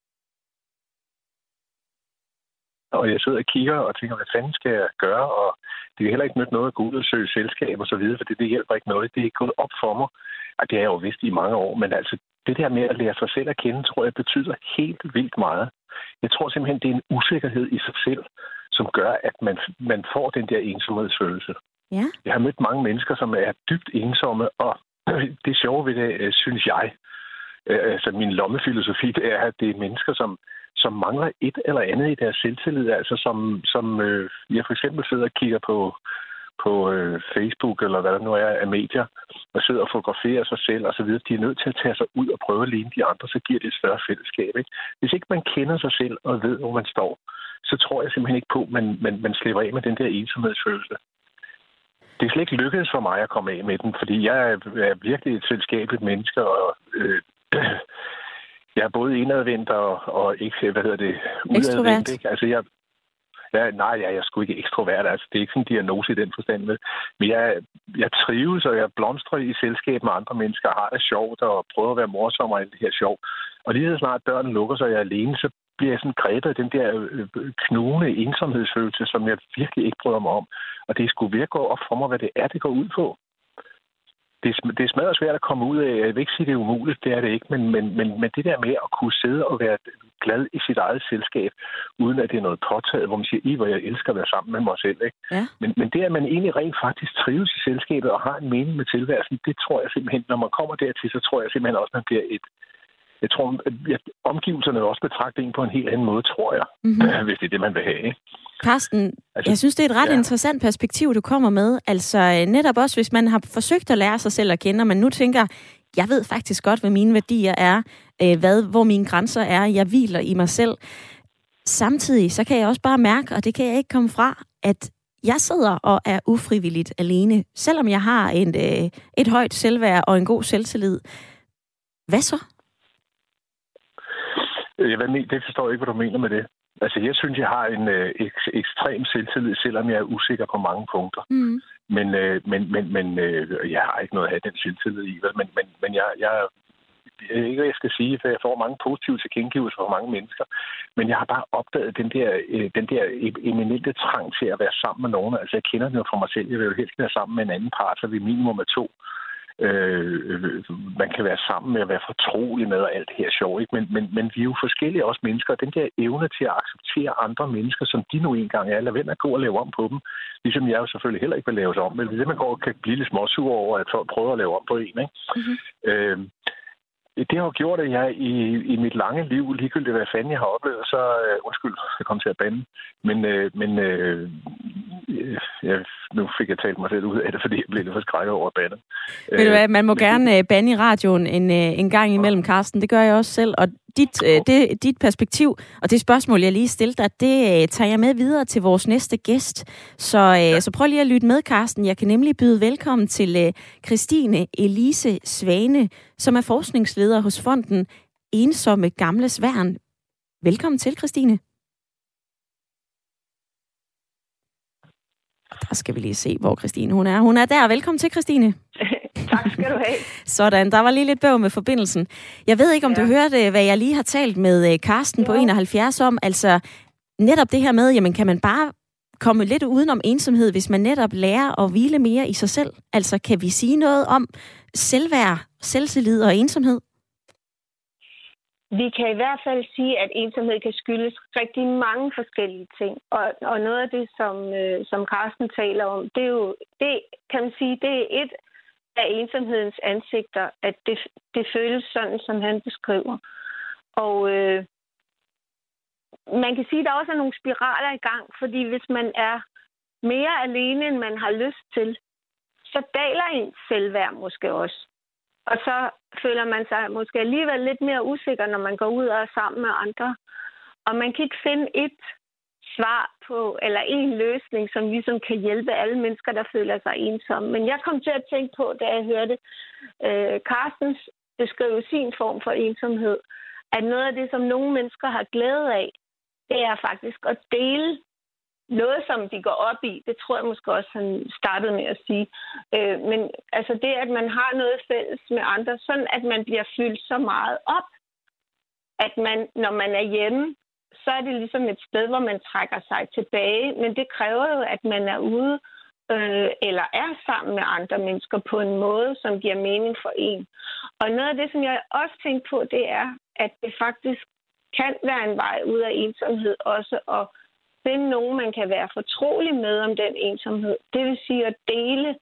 S7: Og jeg sidder og kigger og tænker, hvad fanden skal jeg gøre? Og det er heller ikke nyt noget at gå ud og søge selskab og så videre, for det hjælper ikke noget. Det er ikke gået op for mig. Og det er jeg jo vidst i mange år. Men altså, det der med at lære sig selv at kende, tror jeg betyder helt vildt meget. Jeg tror simpelthen, det er en usikkerhed i sig selv, som gør, at man får den der ensomhedsfølelse. Ja. Jeg har mødt mange mennesker, som er dybt ensomme, og det sjove ved det, synes jeg, altså min lommefilosofi, det er, at det er mennesker, som mangler et eller andet i deres selvtillid, altså som jeg for eksempel sidder og kigger på Facebook, eller hvad der nu er af medier, og sidder og fotograferer sig selv og så videre. De er nødt til at tage sig ud og prøve at ligne de andre, så giver det et større fællesskab. Ikke? Hvis ikke man kender sig selv og ved, hvor man står, så tror jeg simpelthen ikke på, at man slipper af med den der ensomhedsfølelse. Det er slet ikke lykkedes for mig at komme af med den, fordi jeg er virkelig et selskabeligt menneske, og jeg er både indadvendt og ikke, udadvendt. Ikke? Altså jeg er sgu ikke ekstrovert. Altså, det er ikke sådan en diagnose i den forstand. Men jeg trives, og jeg blomstrer i selskab med andre mennesker, og har det sjovt, og prøver at være morsommere end det her sjov. Og lige så snart døren lukker sig, og jeg er alene, så bliver jeg sådan grebet af den der knugende ensomhedsfølelse, som jeg virkelig ikke bryder mig om. Og det er sgu ved at gå op for mig, hvad det er, det går ud på. det er smadret svært at komme ud af. Jeg vil ikke sige, det er umuligt, det er det ikke, men det der med at kunne sidde og være glad i sit eget selskab, uden at det er noget påtaget, hvor man siger, hvor jeg elsker at være sammen med mig selv. Ikke?
S1: Ja.
S7: Men det, at man egentlig rent faktisk trives i selskabet og har en mening med tilværelsen, det tror jeg simpelthen, når man kommer dertil, så tror jeg simpelthen også, man bliver jeg tror, at omgivelserne også betragter en på en helt anden måde, tror jeg, hvis det er det, man vil have. Ikke?
S1: Carsten, jeg synes, det er et ret interessant perspektiv, du kommer med. Altså netop også, hvis man har forsøgt at lære sig selv at kende, og man nu tænker, jeg ved faktisk godt, hvad mine værdier er, hvor mine grænser er, jeg hviler i mig selv. Samtidig, så kan jeg også bare mærke, og det kan jeg ikke komme fra, at jeg sidder og er ufrivilligt alene, selvom jeg har et højt selvværd og en god selvtillid. Hvad så?
S7: Det forstår jeg ikke, hvad du mener med det. Altså, jeg synes, jeg har en ekstrem selvtillid, selvom jeg er usikker på mange punkter. Men jeg har ikke noget at have den selvtillid i. Men jeg ikke, hvad jeg skal sige, for jeg får mange positive tilkendegivelser fra mange mennesker. Men jeg har bare opdaget den der eminente trang til at være sammen med nogen. Altså, jeg kender den jo fra mig selv. Jeg vil jo helst være sammen med en anden part, så vi minimum er 2. Man kan være sammen med at være fortrolig med og alt det her sjov, ikke? Men vi er jo forskellige også mennesker, og den der evne til at acceptere andre mennesker, som de nu engang er, lad være med at gå og lave om på dem, ligesom jeg jo selvfølgelig heller ikke vil laves om, men det man går kan blive lidt småsur over, at folk prøver at lave om på en, ikke? Det har jo gjort, at jeg i mit lange liv, ligegyldigt hvad fanden jeg har oplevet, så undskyld, jeg kom til at bande, men nu fik jeg talt mig selv ud af det, fordi jeg blev lidt forskrækket over at bande.
S1: Ved du hvad, man må gerne bande i radioen en gang imellem, Carsten. Det gør jeg også selv, og dit perspektiv, og det spørgsmål, jeg lige stillede dig, det tager jeg med videre til vores næste gæst. Så prøv lige at lytte med, Carsten. Jeg kan nemlig byde velkommen til Christine Elise Svane, som er forskningsleder hos fonden Ensomme Gamles Værn. Velkommen til, Christine. Der skal vi lige se, hvor Christine hun er. Hun er der. Velkommen til, Christine.
S3: Tak skal du have.
S1: Sådan, der var lige lidt bøv med forbindelsen. Jeg ved ikke, om du hørte, hvad jeg lige har talt med Carsten på 71 om. Altså, netop det her med, jamen kan man bare komme lidt udenom ensomhed, hvis man netop lærer at hvile mere i sig selv? Altså, kan vi sige noget om selvværd, selvtillid og ensomhed?
S8: Vi kan i hvert fald sige, at ensomhed kan skyldes rigtig mange forskellige ting. Og noget af det, som Carsten taler om, det er jo, det kan man sige, det er et af ensomhedens ansigter, at det føles sådan, som han beskriver. Og man kan sige, at der også er nogle spiraler i gang, fordi hvis man er mere alene, end man har lyst til, så daler ens selvværd måske også. Og så føler man sig måske alligevel lidt mere usikker, når man går ud og er sammen med andre. Og man kan ikke finde et svar på, eller en løsning, som ligesom kan hjælpe alle mennesker, der føler sig ensomme. Men jeg kom til at tænke på, da jeg hørte Carstens beskrive sin form for ensomhed, at noget af det, som nogle mennesker har glæde af, det er faktisk at dele noget, som de går op i. Det tror jeg måske også, han startede med at sige. Men altså det, at man har noget fælles med andre, sådan at man bliver fyldt så meget op, at man, når man er hjemme, så er det ligesom et sted, hvor man trækker sig tilbage. Men det kræver jo, at man er ude eller er sammen med andre mennesker på en måde, som giver mening for en. Og noget af det, som jeg også tænker på, det er, at det faktisk kan være en vej ud af ensomhed også at finde nogen, man kan være fortrolig med om den ensomhed. Det vil sige at dele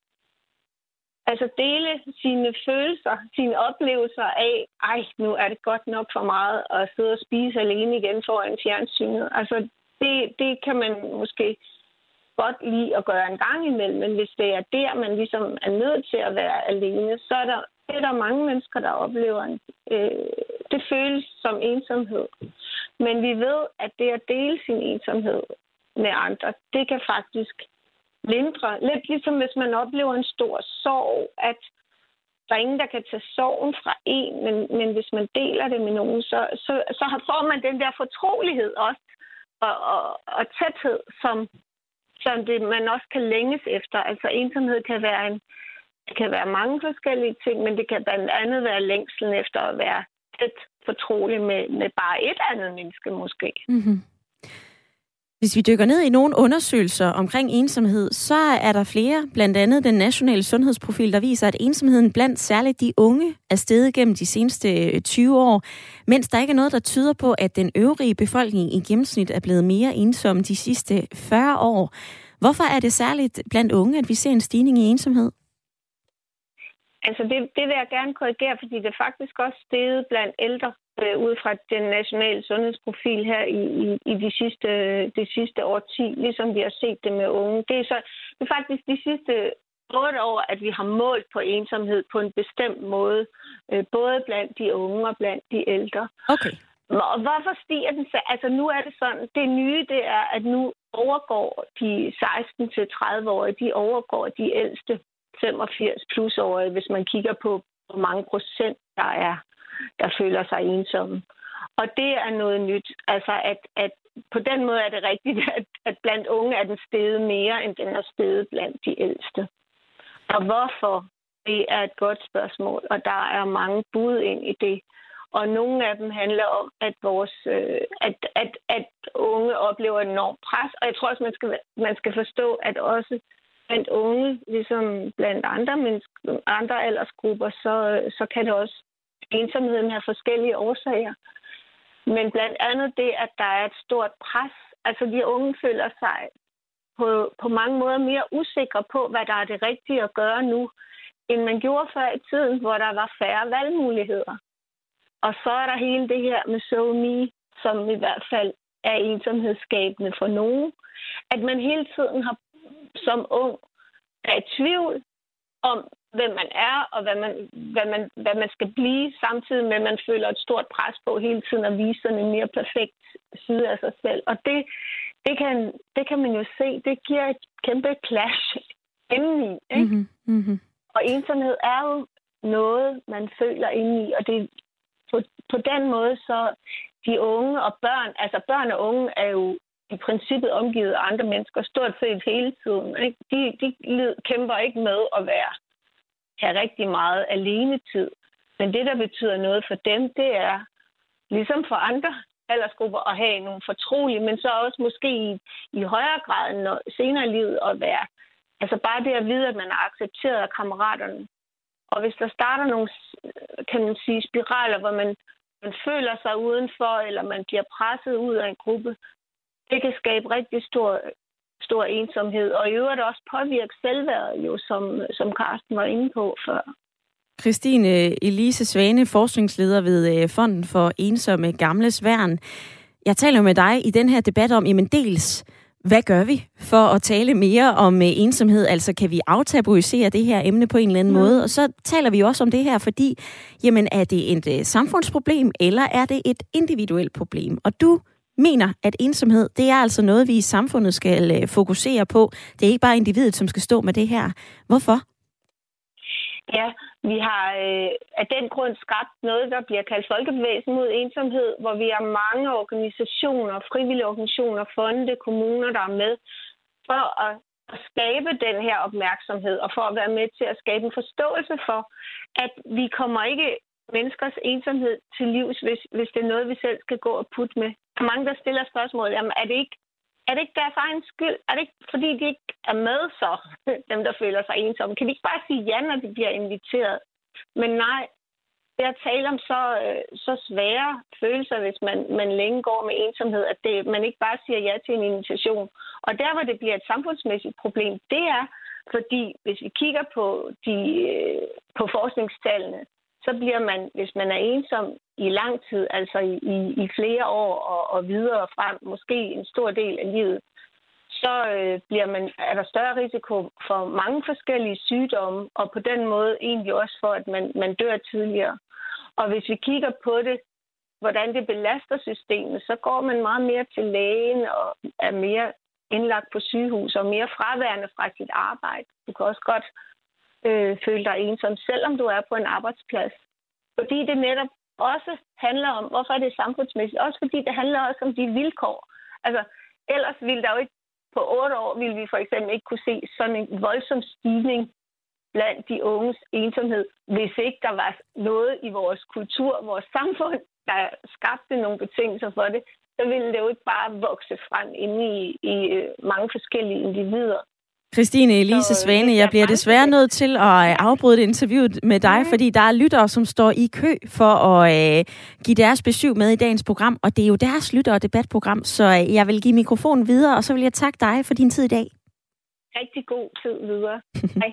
S8: sine følelser, sine oplevelser af, nu er det godt nok for meget at sidde og spise alene igen foran fjernsynet. Altså, det kan man måske godt lide at gøre en gang imellem, men hvis det er der, man ligesom er nødt til at være alene, så er der mange mennesker, der oplever det føles som ensomhed. Men vi ved, at det at dele sin ensomhed med andre, det kan faktisk lindre. Lidt ligesom hvis man oplever en stor sorg, at der er ingen, der kan tage sorgen fra en, men hvis man deler det med nogen, så får man den der fortrolighed også, og tæthed, som det man også kan længes efter. Altså ensomhed kan være mange forskellige ting, men det kan blandt andet være længslen efter at være tæt fortrolig med bare et andet menneske måske.
S1: Mm-hmm. Hvis vi dykker ned i nogle undersøgelser omkring ensomhed, så er der flere, blandt andet den nationale sundhedsprofil, der viser, at ensomheden blandt særligt de unge er steget gennem de seneste 20 år, mens der ikke er noget, der tyder på, at den øvrige befolkning i gennemsnit er blevet mere ensom de sidste 40 år. Hvorfor er det særligt blandt unge, at vi ser en stigning i ensomhed?
S8: Altså det vil jeg gerne korrigere, fordi det er faktisk også steget blandt ældre ud fra den nationale sundhedsprofil her i de sidste årti, ligesom vi har set det med unge. Det er faktisk de sidste 8 år, at vi har målt på ensomhed på en bestemt måde, både blandt de unge og blandt de ældre.
S1: Okay.
S8: Og hvorfor stiger den? Altså nu er det sådan, det nye det er, at nu overgår de 16-30-årige, de overgår de ældste 85+-årige, hvis man kigger på, hvor mange procent der føler sig ensomme. Og det er noget nyt. Altså, at på den måde er det rigtigt, at blandt unge er den steget mere, end den er steget blandt de ældste. Og hvorfor? Det er et godt spørgsmål, og der er mange bud ind i det. Og nogle af dem handler om, at at unge oplever et enormt pres. Og jeg tror også, man skal forstå, at også blandt unge, ligesom blandt andre aldersgrupper, så kan det også ensomheden have forskellige årsager. Men blandt andet det, at der er et stort pres. Altså de unge føler sig på mange måder mere usikre på, hvad der er det rigtige at gøre nu, end man gjorde før i tiden, hvor der var færre valgmuligheder. Og så er der hele det her med SoMe, som i hvert fald er ensomhedsskabende for nogen. At man hele tiden har som ung er i tvivl om, hvem man er, og hvad man skal blive, samtidig med, at man føler et stort pres på hele tiden at vise sådan en mere perfekt side af sig selv. Og det kan man jo se, det giver et kæmpe clash indeni. Ikke? Mm-hmm. Mm-hmm. Og ensomhed er jo noget, man føler indeni, og det på den måde, så de unge og børn, altså børn og unge er jo i princippet omgivet af andre mennesker stort set hele tiden. Ikke? De kæmper ikke med at have rigtig meget alenetid. Men det, der betyder noget for dem, det er, ligesom for andre aldersgrupper, at have nogle fortrolige, men så også måske i højere grad end senere i livet at være. Altså bare det at vide, at man er accepteret af kammeraterne. Og hvis der starter nogle, kan man sige, spiraler, hvor man føler sig udenfor, eller man bliver presset ud af en gruppe, det kan skabe rigtig stor ensomhed, og i øvrigt også påvirke selvværdet, jo, som Carsten var inde på før.
S1: Christine Elise Svane, forskningsleder ved Fonden for Ensomme Gamles Værn. Jeg taler med dig i den her debat om, jamen dels, hvad gør vi for at tale mere om ensomhed? Altså, kan vi aftabuisere det her emne på en eller anden måde? Og så taler vi også om det her, fordi, jamen, er det et samfundsproblem, eller er det et individuelt problem? Og du mener, at ensomhed, det er altså noget, vi i samfundet skal fokusere på. Det er ikke bare individet, som skal stå med det her. Hvorfor?
S8: Ja, vi har af den grund skabt noget, der bliver kaldt Folkebevægelsen mod ensomhed, hvor vi har mange organisationer, frivillige organisationer, fonde, kommuner, der er med for at skabe den her opmærksomhed og for at være med til at skabe en forståelse for, at vi kommer ikke menneskers ensomhed til livs, hvis det er noget, vi selv skal gå og putte med. Der er mange, der stiller spørgsmål, jamen er det ikke deres egen skyld? Er det ikke, fordi de ikke er med så, dem der føler sig ensomme? Kan de ikke bare sige ja, når de bliver inviteret? Men nej, det er at tale om så svære følelser, hvis man længe går med ensomhed, at man ikke bare siger ja til en invitation. Og der, hvor det bliver et samfundsmæssigt problem, det er, fordi hvis vi kigger på forskningstallene, så bliver man, hvis man er ensom i lang tid, altså i flere år og videre frem, måske en stor del af livet, så er der større risiko for mange forskellige sygdomme, og på den måde egentlig også for, at man dør tidligere. Og hvis vi kigger på det, hvordan det belaster systemet, så går man meget mere til lægen og er mere indlagt på sygehus og mere fraværende fra sit arbejde. Du kan også godt føle dig ensom, selvom du er på en arbejdsplads. Fordi det netop også handler om, hvorfor er det samfundsmæssigt? Også fordi det handler også om de vilkår. Altså, ellers ville der jo ikke, på 8 år, ville vi for eksempel ikke kunne se sådan en voldsom stigning blandt de unges ensomhed, hvis ikke der var noget i vores kultur, vores samfund, der skabte nogle betingelser for det. så ville det jo ikke bare vokse frem inde i mange forskellige individer.
S1: Christine Elise Svane, jeg bliver desværre nødt til at afbryde interviewet med dig, fordi der er lyttere, som står i kø for at give deres besøg med i dagens program, og det er jo deres lytter- og debatprogram, så jeg vil give mikrofonen videre, og så vil jeg takke dig for din tid i dag.
S8: Rigtig god tid videre. Hej.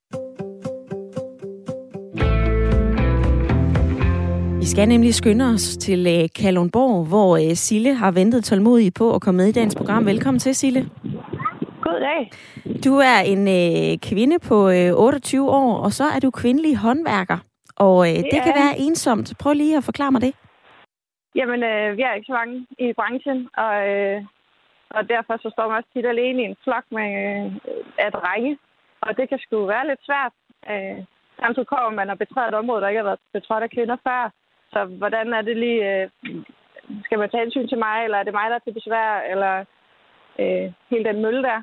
S1: Vi skal nemlig skynde os til Kalundborg, hvor Sille har ventet tålmodigt på at komme med i dagens program. Velkommen til, Sille.
S8: God dag.
S1: Du er en kvinde på 28 år, og så er du kvindelig håndværker. Og det kan være ensomt. Prøv lige at forklare mig det.
S9: Jamen, vi er ikke så mange i branchen, og derfor så står man også tit alene i en flok med af drenge. Og det kan sgu være lidt svært. Samtidig kommer man og betræder et område, der ikke har været betrådt af kvinder før. Så hvordan er det lige... skal man tage hensyn til mig, eller er det mig, der er til besvær, eller hele den mølle der?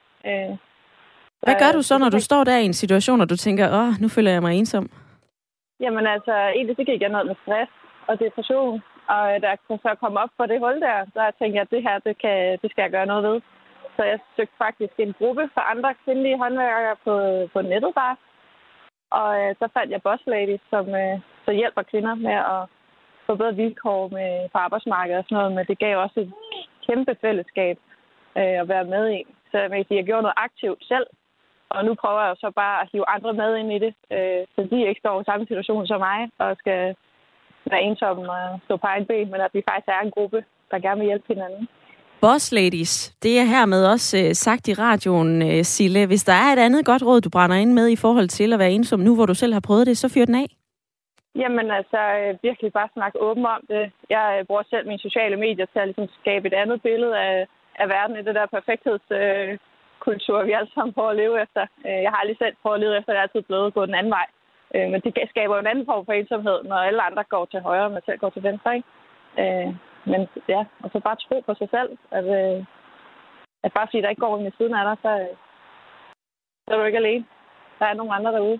S1: Hvad gør du så, når du står der i en situation, og du tænker, nu føler jeg mig ensom?
S9: Jamen altså, egentlig det gik jeg noget med stress og depression. Og da jeg kunne så komme op på det hul der tænkte jeg, at det her, det skal jeg gøre noget ved. Så jeg søgte faktisk en gruppe for andre kvindelige håndværkere på nettet bare. Og så fandt jeg Boss Lady, som så hjælper kvinder med at få bedre vilkår på arbejdsmarkedet og sådan noget. Men det gav også et kæmpe fællesskab at være med i. Så jeg gjorde noget aktivt selv. Og nu prøver jeg så bare at hive andre med ind i det, så de ikke står i samme situation som mig og skal være ensomme og stå på egen ben, men at vi faktisk er en gruppe, der gerne vil hjælpe hinanden.
S1: Boss Ladies, det er hermed også sagt i radioen, Sille. Hvis der er et andet godt råd, du brænder ind med i forhold til at være ensom nu, hvor du selv har prøvet det, så fyr den af.
S9: Jamen altså, virkelig bare snakke åbent om det. Jeg bruger selv mine sociale medier til at ligesom skabe et andet billede af verden i det der perfekthedskultur, vi alle sammen prøver at leve efter. Jeg har aldrig selv prøvet at leve efter, det er altid blevet at gå den anden vej. Men det skaber jo en anden form for ensomhed, når alle andre går til højre, og man selv går til venstre, ikke? Men ja, og så bare tro på sig selv, at bare fordi der ikke går ind i siden af dig, så er du ikke alene. Der er nogle andre derude.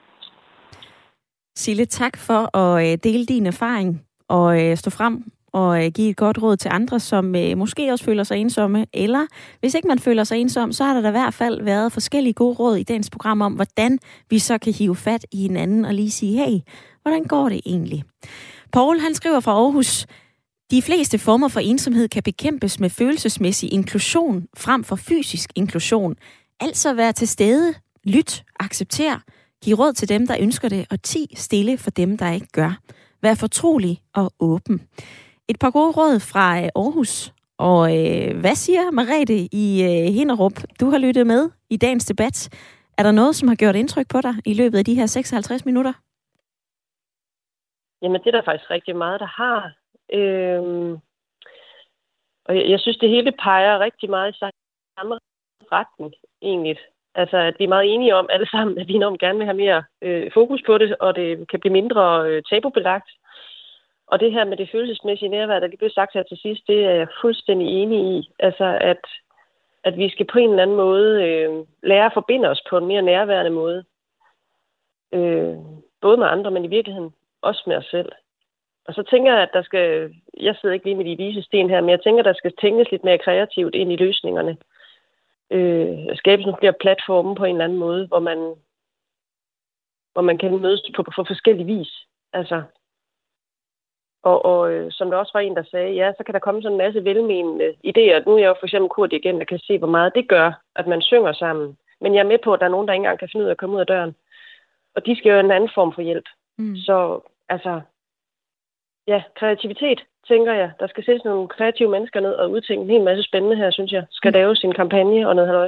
S1: Sille, tak for at dele din erfaring og stå frem og give et godt råd til andre, som måske også føler sig ensomme. Eller hvis ikke man føler sig ensom, så har der da i hvert fald været forskellige gode råd i dagens program om, hvordan vi så kan hive fat i hinanden og lige sige, hey, hvordan går det egentlig? Poul, han skriver fra Aarhus, de fleste former for ensomhed kan bekæmpes med følelsesmæssig inklusion frem for fysisk inklusion. Altså være til stede, lyt, accepter, giv råd til dem, der ønsker det, og 10 stille for dem, der ikke gør. Vær fortrolig og åben. Et par gode råd fra Aarhus. Og hvad siger Merete i Hinnerup? Du har lyttet med i dagens debat. Er der noget, som har gjort indtryk på dig i løbet af de her 56 minutter?
S3: Jamen, det er der faktisk rigtig meget, der har. Og jeg synes, det hele peger rigtig meget i samme retning, egentlig. Altså, at vi er meget enige om alle sammen, at vi enormt gerne vil have mere fokus på det, og det kan blive mindre tabubelagt. Og det her med det følelsesmæssige nærvær, der lige blev sagt her til sidst, det er jeg fuldstændig enig i. Altså, at vi skal på en eller anden måde lære at forbinde os på en mere nærværende måde. Både med andre, men i virkeligheden også med os selv. Og så tænker jeg, at jeg sidder ikke lige med de vise sten her, men jeg tænker, at der skal tænkes lidt mere kreativt ind i løsningerne. Skabes nogle flere platforme på en eller anden måde, hvor man kan mødes på forskellige vis. Altså, og som der også var en, der sagde, ja, så kan der komme sådan en masse velmenende idéer. Nu er jeg jo for eksempel kordirigent, der kan se, hvor meget det gør, at man synger sammen. Men jeg er med på, at der er nogen, der ikke engang kan finde ud af at komme ud af døren. Og de skal jo have en anden form for hjælp. Så altså, ja, kreativitet, tænker jeg. Der skal sættes nogle kreative mennesker ned og udtænke en hel masse spændende her, synes jeg. Skal lave sin kampagne og noget halløj.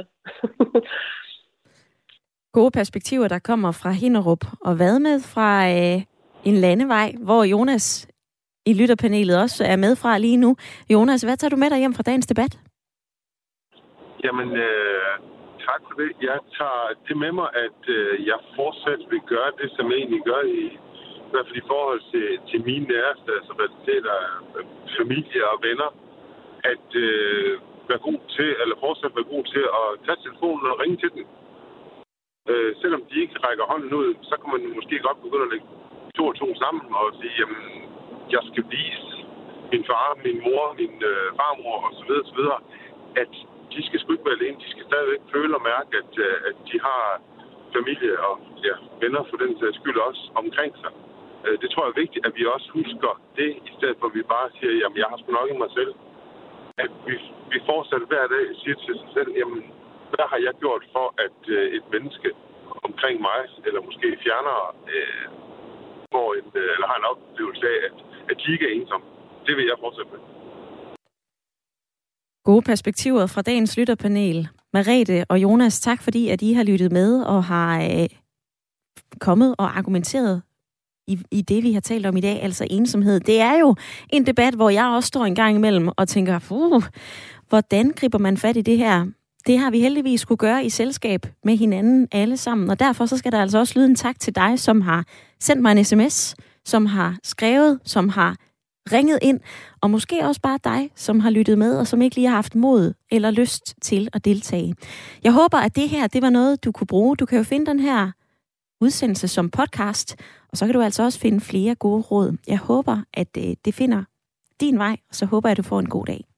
S1: Gode perspektiver, der kommer fra Hinnerup. Og hvad med fra en landevej, hvor Jonas i lytterpanelet også er med fra lige nu. Jonas, hvad tager du med dig hjem fra dagens debat?
S4: Jamen, tak for det. Jeg tager det med mig, at jeg fortsat vil gøre det, som jeg egentlig gør i hvert fald i forhold til mine næreste, altså repræsenterer familie og venner, at være god til, eller fortsat være god til at tage telefonen og ringe til dem. Selvom de ikke rækker hånden ud, så kan man måske godt begynde at lægge 2 og 2 sammen og sige, jamen, jeg skal vise min far, min mor, min farmor osv., at de skal sgu ikke være alene. De skal stadigvæk føle og mærke, at de har familie og venner for den sags skyld også omkring sig. Det tror jeg er vigtigt, at vi også husker det, i stedet for at vi bare siger, jamen jeg har sgu nok i mig selv. At vi fortsat hver dag siger til sig selv, jamen hvad har jeg gjort for, at et menneske omkring mig, eller måske fjernere, eller har en oplevelse af, at de ikke er ensomme. Det vil jeg fortsætte med.
S1: Gode perspektiver fra dagens lytterpanel. Merete og Jonas, tak fordi, at I har lyttet med og har kommet og argumenteret i det, vi har talt om i dag, altså ensomhed. Det er jo en debat, hvor jeg også står en gang imellem og tænker, hvordan griber man fat i det her? Det har vi heldigvis kunne gøre i selskab med hinanden alle sammen, og derfor så skal der altså også lyde en tak til dig, som har sendt mig en sms, som har skrevet, som har ringet ind, og måske også bare dig, som har lyttet med, og som ikke lige har haft mod eller lyst til at deltage. Jeg håber, at det her, det var noget, du kunne bruge. Du kan jo finde den her udsendelse som podcast, og så kan du altså også finde flere gode råd. Jeg håber, at det finder din vej, og så håber jeg, at du får en god dag.